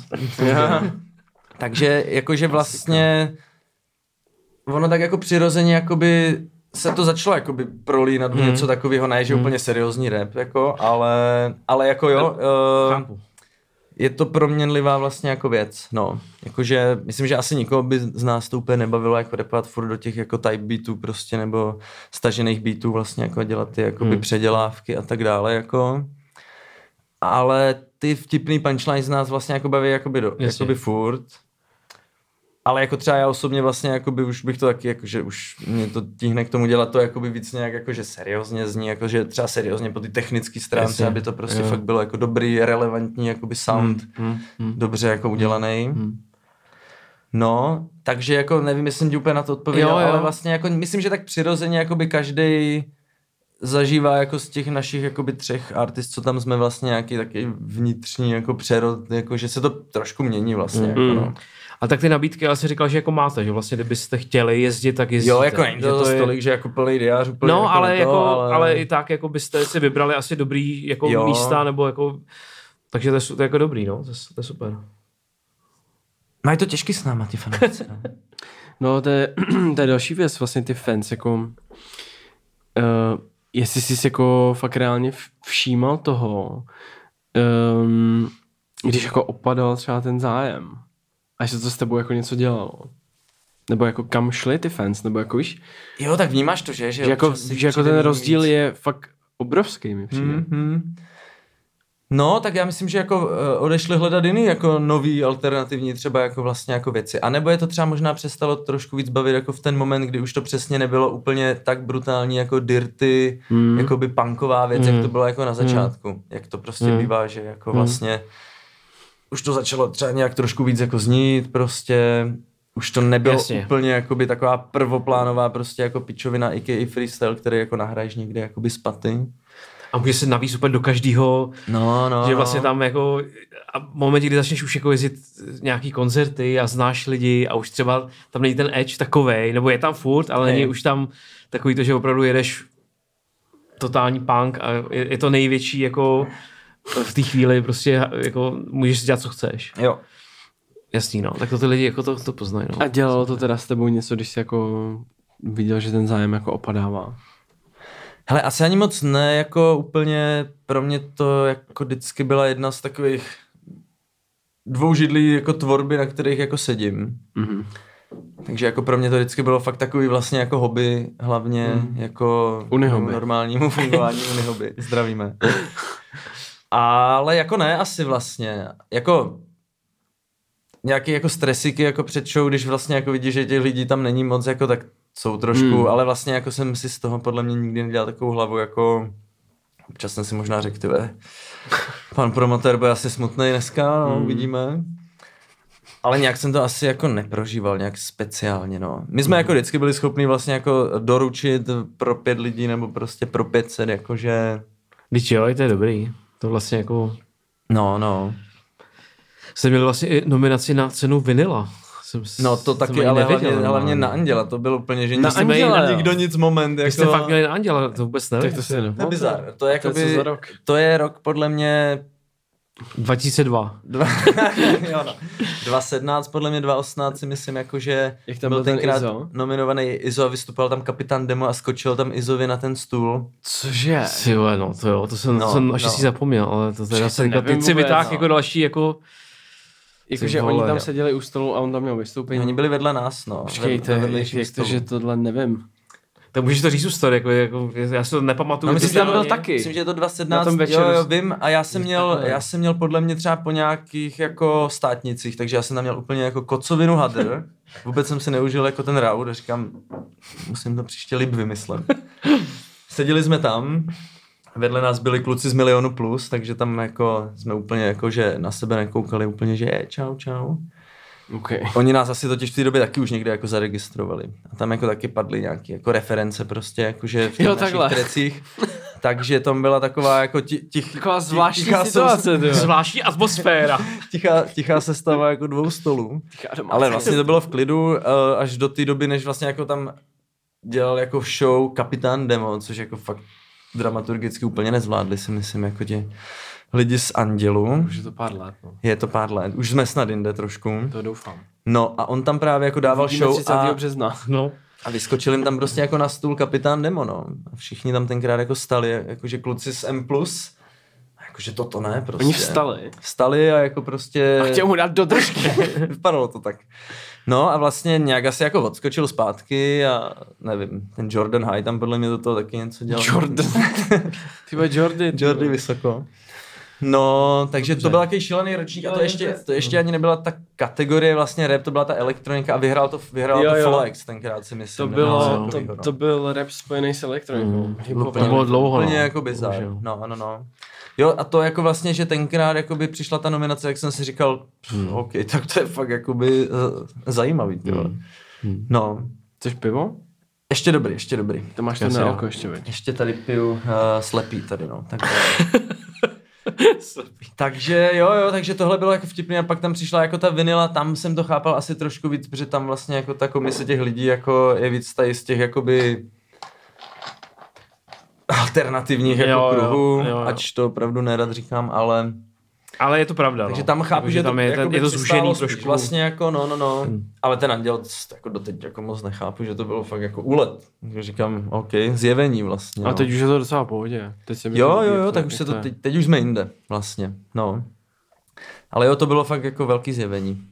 Takže jakože vlastně ono tak jako přirozeně jakoby se to začalo jakoby prolínat Hmm. něco takového, ne, že Hmm. úplně seriózní rap, jako, ale, ale jako jo, uh, Chápu. je to proměnlivá vlastně jako věc, no. Jakože, myslím, že asi nikoho by z nás to úplně nebavilo jako rapovat furt do těch jako type beatů prostě, nebo stažených beatů vlastně jako dělat ty jakoby Hmm. předělávky a tak dále, jako. Ale ty vtipný punchlines z nás vlastně jako baví jakoby, do, Jasně. jakoby furt. Ale jako třeba já osobně vlastně jakoby už bych to taky, jakože už mě to tíhne k tomu dělat to jakoby víc nějak jakože seriózně zní, jakože třeba seriózně po ty technické stránce, Jasně. aby to prostě Jo. fakt bylo jako dobrý, relevantní jakoby sound, Hmm. Hmm. dobře jako udělaný. Hmm. No, takže jako nevím, jestli jsem ti úplně na to odpověděl, Jo, jo. ale vlastně jako myslím, že tak přirozeně jakoby každej zažívá jako z těch našich jakoby třech artist, co tam jsme vlastně nějaký taky vnitřní jako přerod, jako že se to trošku mění vlastně. Mm. Jako, no. A tak ty nabídky, ale jsi říkal, že jako máte, že vlastně kdybyste chtěli jezdit, tak jezdíte. Jo, jako není Že to, to je- tolik, že jako plný diář úplně No, jako ale, na to, jako, ale... ale i tak, jako byste si vybrali asi dobrý jako Jo. místa, nebo jako, takže to je, su- to je jako dobrý, no, to je, to je super. Mají to těžký s náma, ti fanoušci. no. No, to je, to je další věc, vlastně ty fans, jako, uh, jestli jsi si jako fakt reálně v- všímal toho, um, když jako opadal třeba ten zájem, a že to s tebou jako něco dělalo. Nebo jako kam šli ty fans, nebo jako víš, Jo, tak vnímáš to, že? Že, že jako, občas si že jako přijde ten víc. rozdíl je fakt obrovský, mi přijde. Mm-hmm. No, tak já myslím, že jako uh, odešli hledat jiný jako nový, alternativní třeba jako vlastně jako věci. A nebo je to třeba možná přestalo trošku víc bavit jako v ten moment, kdy už to přesně nebylo úplně tak brutální jako dirty, Mm. jakoby punková věc, Mm. jak to bylo jako na začátku. Jak to prostě Mm. bývá, že jako Mm. vlastně už to začalo třeba nějak trošku víc jako znít prostě. Už to nebylo Jasně. úplně jakoby taková prvoplánová prostě jako pičovina, a k a freestyle, který jako nahraješ někde jakoby z paty. A může se navíc úplně do každého, No, no, že no. vlastně tam jako, a v momentě, kdy začneš už jako jezdit nějaký koncerty a znáš lidi a už třeba tam není ten edge takovej, nebo je tam furt, ale Hej. není už tam takový to, že opravdu jedeš totální punk a je, je to největší jako v té chvíli prostě jako můžeš si dělat, co chceš. Jo. Jasný, no, tak to ty lidi jako to, to poznají, no. A dělalo to teda s tebou něco, když jsi jako viděl, že ten zájem jako opadává? Hele, asi ani moc ne, jako úplně pro mě to jako vždycky byla jedna z takových dvou židlí jako tvorby, na kterých jako sedím. Mhm. Takže jako pro mě to vždycky bylo fakt takový vlastně jako hobby, hlavně Mm. jako Unihoby. normálnímu fungování unihoby. Zdravíme. Ale jako ne, asi vlastně. Jako nějaký jako stresíky jako před show, když vlastně jako vidíš, že těch lidí tam není moc, jako tak jsou trošku, Hmm. ale vlastně jako jsem si z toho podle mě nikdy nedělal takovou hlavu, jako občas jsem si možná řekl, tyve, pan promotér bude asi smutný dneska, no, Hmm. uvidíme. Ale nějak jsem to asi jako neprožíval nějak speciálně, no. My jsme jako vždycky byli schopni vlastně jako doručit pro pět lidí nebo prostě pro pět set, jakože... Když jo, to je dobrý. To vlastně jako... No, no. Jste měli vlastně i nominaci na cenu Vinila. Jsem, No to jsem taky, ani ale nevěděl, hlavně, no. hlavně na Anděla, to bylo úplně, že Na nic- Anděla, a jo. nikdo nic moment, Vy jako... jste fakt měli na Anděla, to vůbec nevím. Tak to si To je nepamatuju. bizar, to je To je jakoby, co za rok? to je rok podle mě dva tisíce dva. dva, jo no, dva sedmnáct, podle mě dva osmnáct si myslím, jakože Jak tam byl byl ten tenkrát Izo? nominovaný Izo a vystupoval tam kapitán Demo a skočil tam Izovi na ten stůl. Cože? Ty vole, no to jo, to jsem, No, no, jsem až no. si zapomněl, ale to teda Počkej, se to říkal, nevím teď si vůbec, vytáhl no. jako další jako... Jakože Ty oni vole, tam jo. seděli u stolu a on tam měl vystoupení. Oni byli vedle nás, no. Počkejte, ve jak, vedlejším jak to, stolu. že tohle nevím. Tak můžeš to říct u story, jako, jako, já si to nepamatuju. No, Ty myslím, jsi že tam byl to- taky. Myslím, že je to dva Na sedmnáct, tom jo, večeru. jo, vím, a já jsem měl, takhle. já jsem měl podle mě třeba po nějakých jako státnicích, takže já jsem tam měl úplně jako kocovinu hadr. Vůbec jsem si neužil jako ten raud a říkám, musím to příště líp vymyslet. Seděli jsme tam Vedle nás byli kluci z Milionu Plus, takže tam jako jsme úplně jako, že na sebe nekoukali úplně, že je, čau, čau. Okay. Oni nás asi totiž v té době taky už někde jako zaregistrovali. A tam jako taky padly nějaké jako reference prostě, jakože v těch jo, našich trecích. Takže tam byla taková jako tich, taková zvláštní tichá situace. Se, zvláštní atmosféra. tichá, tichá sestava jako dvou stolů. Ale vlastně to bylo v klidu až do té doby, než vlastně jako tam dělal jako show Kapitán Demo, což jako fakt dramaturgicky úplně nezvládli, si myslím, jako ti lidi z Andělu. Už je to pár let. No. Je to pár let. Už jsme snad jinde trošku. To doufám. No a on tam právě jako dával Vidíme show třicátého a, března. No. a vyskočil jim tam prostě jako na stůl Kapitán Demo, no. A všichni tam tenkrát jako stali, jakože kluci z M plus. Jakože toto ne, prostě. Oni vstali. Vstali a jako prostě... A chtěl mu dát do držky. Vypadalo to tak. No a vlastně nějak asi jako odskočil zpátky a nevím, ten Jordan High tam podle mě do toho taky něco dělal. Jordan. Ty bude Jordy. Jordy vysoko. No, takže Dobře. to byl takový šílený ročník a to ještě, to ještě ani nebyla ta kategorie vlastně rap, to byla ta elektronika a vyhrál to, vyhrál Jo, to jo. Flolex tenkrát si myslím. To, ne? bylo, No, to, no. to byl rap spojený s elektronikou. Mm. Hip-hop. To bylo dlouho, Úplně no. jako bizar. Bohužel. No, no, no. Jo, a to jako vlastně, že tenkrát jakoby přišla ta nominace, jak jsem si říkal, hmm. OK, tak to je fakt jakoby uh, zajímavý, ty vole. Hmm. No. Chceš pivo? Ještě dobrý, ještě dobrý. To máš Já to se- na oko ještě, veď. Ještě tady piju uh, slepý tady, no. Tak, takže jo, jo, takže tohle bylo jako vtipný a pak tam přišla jako ta vinila, tam jsem to chápal asi trošku víc, protože tam vlastně jako ta komise těch lidí jako je víc tady z těch jakoby alternativních Jo, jako jo, kruhů, jo, jo. ač to opravdu nerad říkám, ale Ale je to pravda, takže no. tam chápu, Jako, že, tam to, je, jakoby ten, je to přistálo zúžený spíš trošku. vlastně jako no, no, no, Hmm. ale ten Anděl, jako doteď jako moc nechápu, že to bylo fakt jako úlet. Takže říkám, OK, zjevení vlastně. A no. teď už je to docela v pohodě. Teď se mi Jo, to jo, líbí, jo, jak tak už se to, jak teď, teď už jsme jinde, vlastně, no. Ale jo, to bylo fakt jako velký zjevení.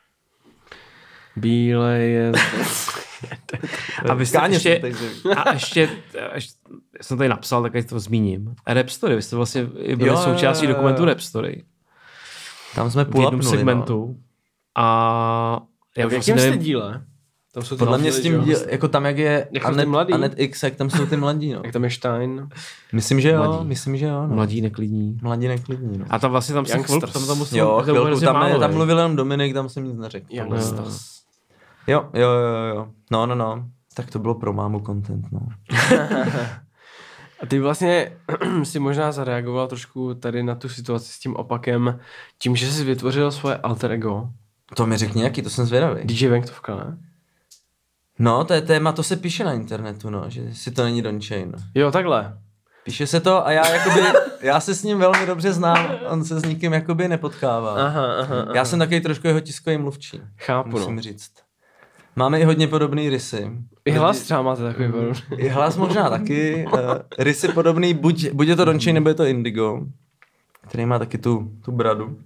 Bílé je... A vy jste Káně ještě, jsme tady zjevení. a ještě, ještě, já jsem tady napsal, tak ať to zmíním. Rap Story, vy jste vlastně byli Jo, jo, součástí jo, jo. dokumentu Rap Story. Tam jsme V půl jednom apnuli, segmentu. no. A já V už vlastně jakém jste nevím, díle? Tam jsou ty Podle mě mladí s tím, lidi, díl, jo? jako tam, jak je Jak jsou ty Anet, mladí? Anet X, jak tam jsou ty mladí, no. Jak tam je Stein? Myslím, že jo, Mladí. myslím, že jo, no. mladí neklidní. Mladí neklidní, no. A tam vlastně tam se Youngsters. chvilku, tam, tam musel, Jo, to bylo chvilku, hrozně tam, málo, je, tam ne? mluvil jenom Dominik, tam jsem nic neřekl. Youngsters. Jo, jo, jo, jo. No, no, no. Tak to bylo pro mámu content, no. A ty vlastně si možná zareagoval trošku tady na tu situaci s tím opakem, tím, že jsi vytvořil svoje alter ego. To mi řekni jaký, to jsem zvědavý. D J Venktovka, ne? No, to je téma, to se píše na internetu, no, že si to není Don Chain. Jo, takhle. Píše se to a já jakoby, já se s ním velmi dobře znám, on se s nikým jakoby nepotkává. Aha, aha, aha. Já jsem takový trošku jeho tiskový mluvčí, Chápu, musím no. říct. Máme i hodně podobný rysy. I hlas třeba máte takový podobný. I hlas možná taky. Uh, rysy podobný, buď, buď je to Don Chain, nebo je to Indigo, který má taky tu, tu bradu.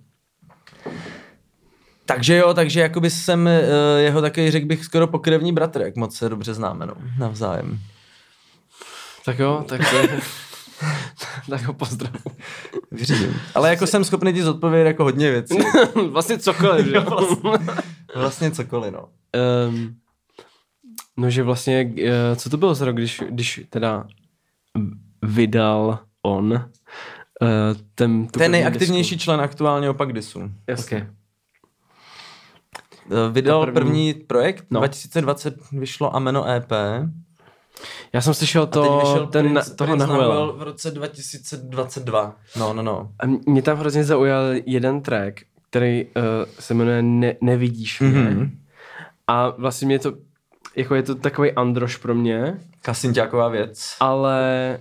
Takže jo, takže jakoby jsem uh, jeho takový, řekl bych, skoro pokrevní bratr, jak moc se dobře známe, no, navzájem. Tak jo, tak to je... tak ho pozdravu. Vyřídím. Ale jako jsem schopný ti zodpovědět jako hodně věcí. vlastně cokoliv, že jo? vlastně, vlastně cokoliv, no. Um, no, že vlastně, uh, co to bylo za rok, když, když teda vydal on uh, ten... tu Ten první nejaktivnější desku. člen aktuálně opak Disu. Jasně. Okay. Uh, Vydal To první, první- první projekt, no. dva tisíce dvacet vyšlo Ameno E P. Já jsem slyšel A teď to, vyšel ten, Prince, toho Prince Nahuela. Nahuel v roce dva tisíce dvacet dva. No, no, no. A mě tam hrozně zaujal jeden track, který uh, se jmenuje ne, Nevidíš mě. Mhm. A vlastně mě to, jako je to takový androš pro mě, Kasinťáková věc. ale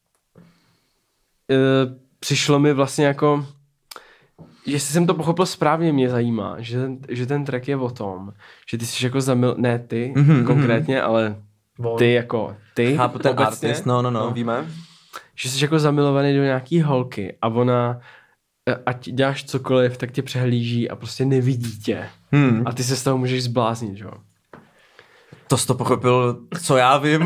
uh, přišlo mi vlastně jako, jestli jsem to pochopil správně, mě zajímá, že ten, že ten track je o tom, že ty jsi jako zamil, ne ty Mhm, konkrétně, ale ty jako ty. Chápu ten obecně. artist, no, no, no. Víme. Že jsi jako zamilovaný do nějaký holky a ona, eh, ať děláš cokoliv, tak tě přehlíží a prostě nevidí tě. Hmm. A ty se z toho můžeš zbláznit, jo? To jsi to pochopil, co já vím.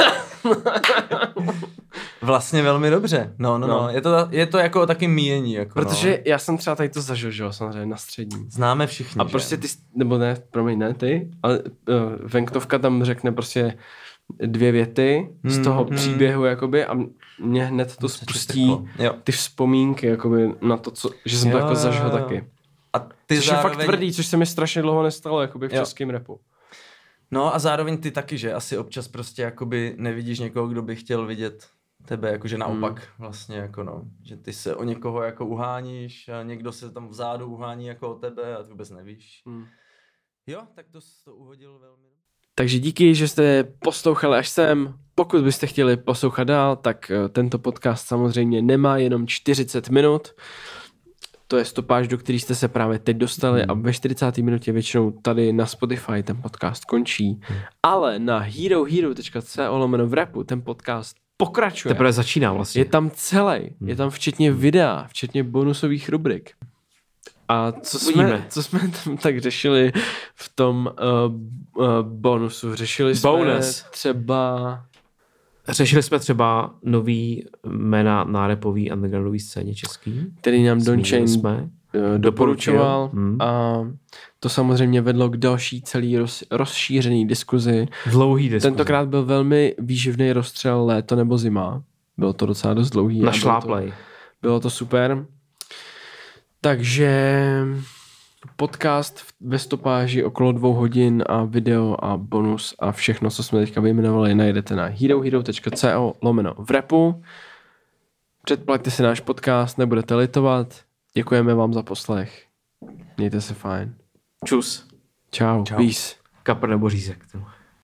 Vlastně velmi dobře. No, no, no. No. Je, to, je to jako taky míjení. Jako, Protože no. já jsem třeba tady to zažil, že jo, samozřejmě na střední. Známe všichni, A že? prostě ty, nebo ne, promiň, ne ty, ale uh, Venktovka tam řekne prostě dvě věty z toho Hmm. příběhu, jakoby, a mě hned to spustí Jo. ty vzpomínky, jakoby, na to, co, že jsem to Jo, jako zažil jo, jo. taky. A ty Což zároveň... je fakt tvrdý, což se mi strašně dlouho nestalo, jakoby v Jo. českém rapu. No a zároveň ty taky, že asi občas prostě jakoby nevidíš někoho, kdo by chtěl vidět tebe, jakože naopak Hmm. vlastně jako no, že ty se o někoho jako uháníš a někdo se tam vzadu uhání jako o tebe a ty vůbec nevíš. Hmm. Jo, tak to jsi to uhodil velmi. Takže díky, že jste poslouchali až sem. Pokud byste chtěli poslouchat dál, tak eh, tento podcast samozřejmě nemá jenom čtyřicet minut. To je stopáž, do který jste se právě teď dostali Hmm. a ve čtyřicáté minutě většinou tady na Spotify ten podcast končí. Hmm. Ale na herohero tečka co lomeno v rapu ten podcast pokračuje. Teprve začíná vlastně. Je tam celý, je tam včetně videa, včetně bonusových rubrik. A co jsme, Uvidíme. co jsme tam tak řešili v tom uh, uh, bonusu? Řešili jsme Bonus. třeba... Řešili jsme třeba nový jména na rapový undergroundový scéně český. který nám Zmínili Donchain jsme. uh, doporučoval Hmm. a to samozřejmě vedlo k další celý roz, rozšířený diskuzi. Dlouhý diskuze. Tentokrát byl velmi výživný rozstřel léto nebo zima. Bylo to docela dost dlouhý. a bylo to- Našláplej. Bylo to super. Takže podcast ve stopáži okolo dvou hodin a video a bonus a všechno, co jsme teďka vyjmenovali, najdete na herohero tečka co lomeno v rapu. Předplaťte si náš podcast, nebudete litovat. Děkujeme vám za poslech. Mějte se fajn. Čus. Čau. Čau. Peace. Kapr nebo řízek.